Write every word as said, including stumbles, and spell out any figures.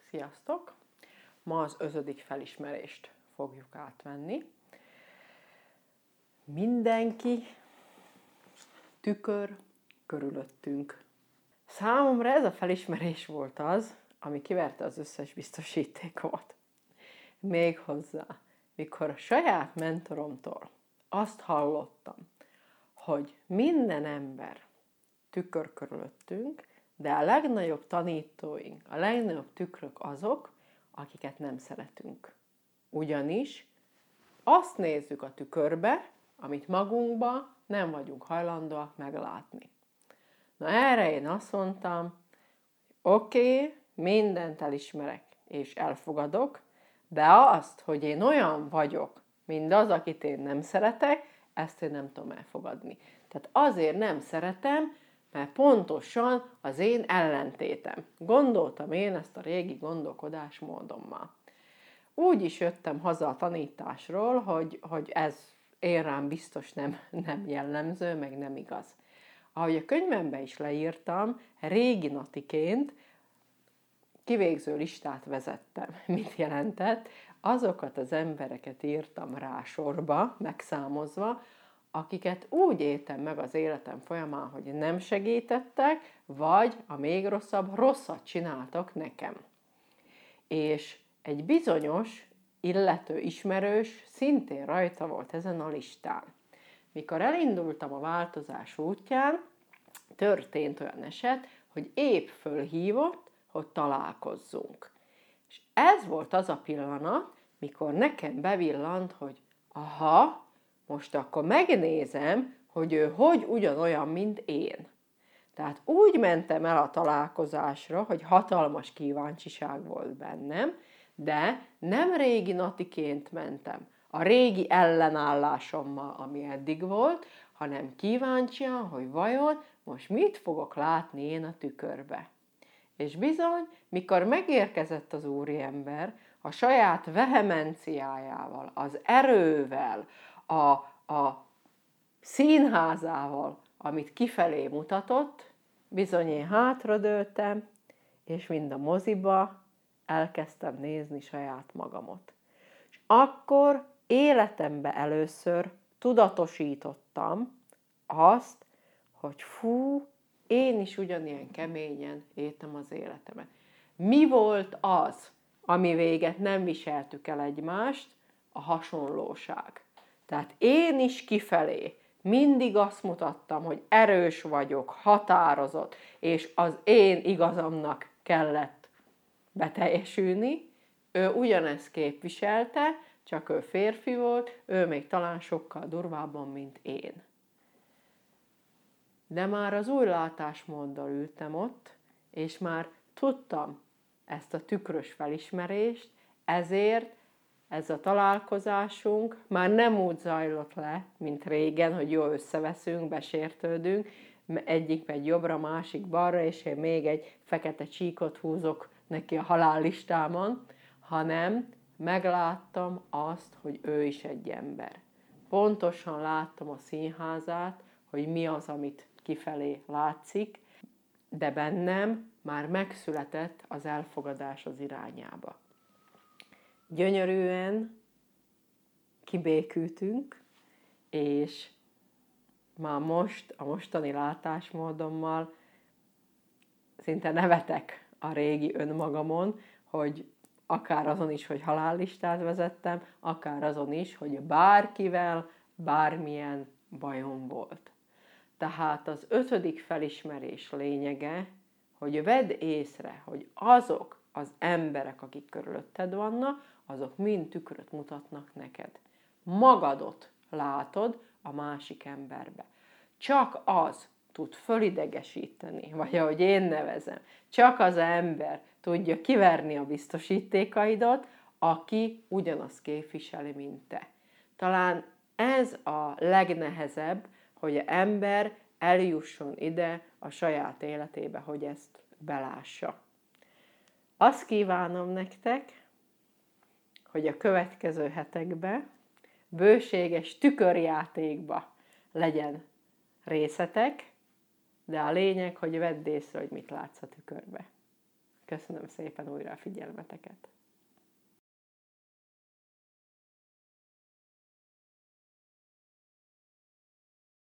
Sziasztok! Ma az ötödik felismerést fogjuk átvenni. Mindenki tükör körülöttünk. Számomra ez a felismerés volt az, ami kiverte az összes biztosítékomat. Méghozzá, mikor a saját mentoromtól azt hallottam, hogy minden ember tükör körülöttünk, de a legnagyobb tanítóink, a legnagyobb tükrök azok, akiket nem szeretünk. Ugyanis azt nézzük a tükörbe, amit magunkba nem vagyunk hajlandóak meglátni. Na erre én azt mondtam, oké, okay, mindent elismerek és elfogadok, de azt, hogy én olyan vagyok, mint az, akit én nem szeretek, ezt én nem tudom elfogadni. Tehát azért nem szeretem, mert pontosan az én ellentétem. Gondoltam én ezt a régi gondolkodásmódommal. Úgy is jöttem haza a tanításról, hogy, hogy ez én rám biztos nem, nem jellemző, meg nem igaz. Ahogy a könyvemben is leírtam, régi natiként kivégző listát vezettem. Mit jelentett? Azokat az embereket írtam rá sorba, megszámozva, akiket úgy éltem meg az életem folyamán, hogy nem segítettek, vagy a még rosszabb, rosszat csináltak nekem. És egy bizonyos, illető ismerős szintén rajta volt ezen a listán. Mikor elindultam a változás útján, történt olyan eset, hogy épp fölhívott, hogy találkozzunk. És ez volt az a pillanat, mikor nekem bevillant, hogy aha, most akkor megnézem, hogy ő hogy ugyanolyan, mint én. Tehát úgy mentem el a találkozásra, hogy hatalmas kíváncsiság volt bennem, de nem régi natiként mentem, a régi ellenállásommal, ami eddig volt, hanem kíváncsian, hogy vajon most mit fogok látni én a tükörbe. És bizony, mikor megérkezett az úriember, a saját vehemenciájával, az erővel, a, a színházával, amit kifelé mutatott, bizony én hátradőltem, és mind a moziba elkezdtem nézni saját magamot. És akkor életemben először tudatosítottam azt, hogy fú, én is ugyanilyen keményen éltem az életemet. Mi volt az, ami véget nem viseltük el egymást? A hasonlóság. Tehát én is kifelé mindig azt mutattam, hogy erős vagyok, határozott, és az én igazamnak kellett beteljesülni. Ő ugyanezt képviselte, csak ő férfi volt, ő még talán sokkal durvábban, mint én. De már az új látásmóddal ültem ott, és már tudtam ezt a tükrös felismerést, ezért ez a találkozásunk már nem úgy zajlott le, mint régen, hogy jó összeveszünk, besértődünk, egyik megy jobbra, másik balra, és én még egy fekete csíkot húzok neki a halállistámon, hanem megláttam azt, hogy ő is egy ember. Pontosan láttam a színházát, hogy mi az, amit kifelé látszik, de bennem már megszületett az elfogadás az irányába. Gyönyörűen kibékültünk, és már most a mostani látásmódommal szinte nevetek a régi önmagamon, hogy akár azon is, hogy halállistát vezettem, akár azon is, hogy bárkivel bármilyen bajom volt. Tehát az ötödik felismerés lényege, hogy vedd észre, hogy azok az emberek, akik körülötted vannak, azok mind tükröt mutatnak neked. Magadot látod a másik emberbe. Csak az tud fölidegesíteni, vagy ahogy én nevezem, csak az ember tudja kiverni a biztosítékaidat, aki ugyanazt képviseli, mint te. Talán ez a legnehezebb, hogy az ember eljusson ide a saját életébe, hogy ezt belássa. Azt kívánom nektek, hogy a következő hetekben bőséges tükörjátékba legyen részetek, de a lényeg, hogy vedd észre, hogy mit látsz a tükörbe. Köszönöm szépen újra a figyelmeteket.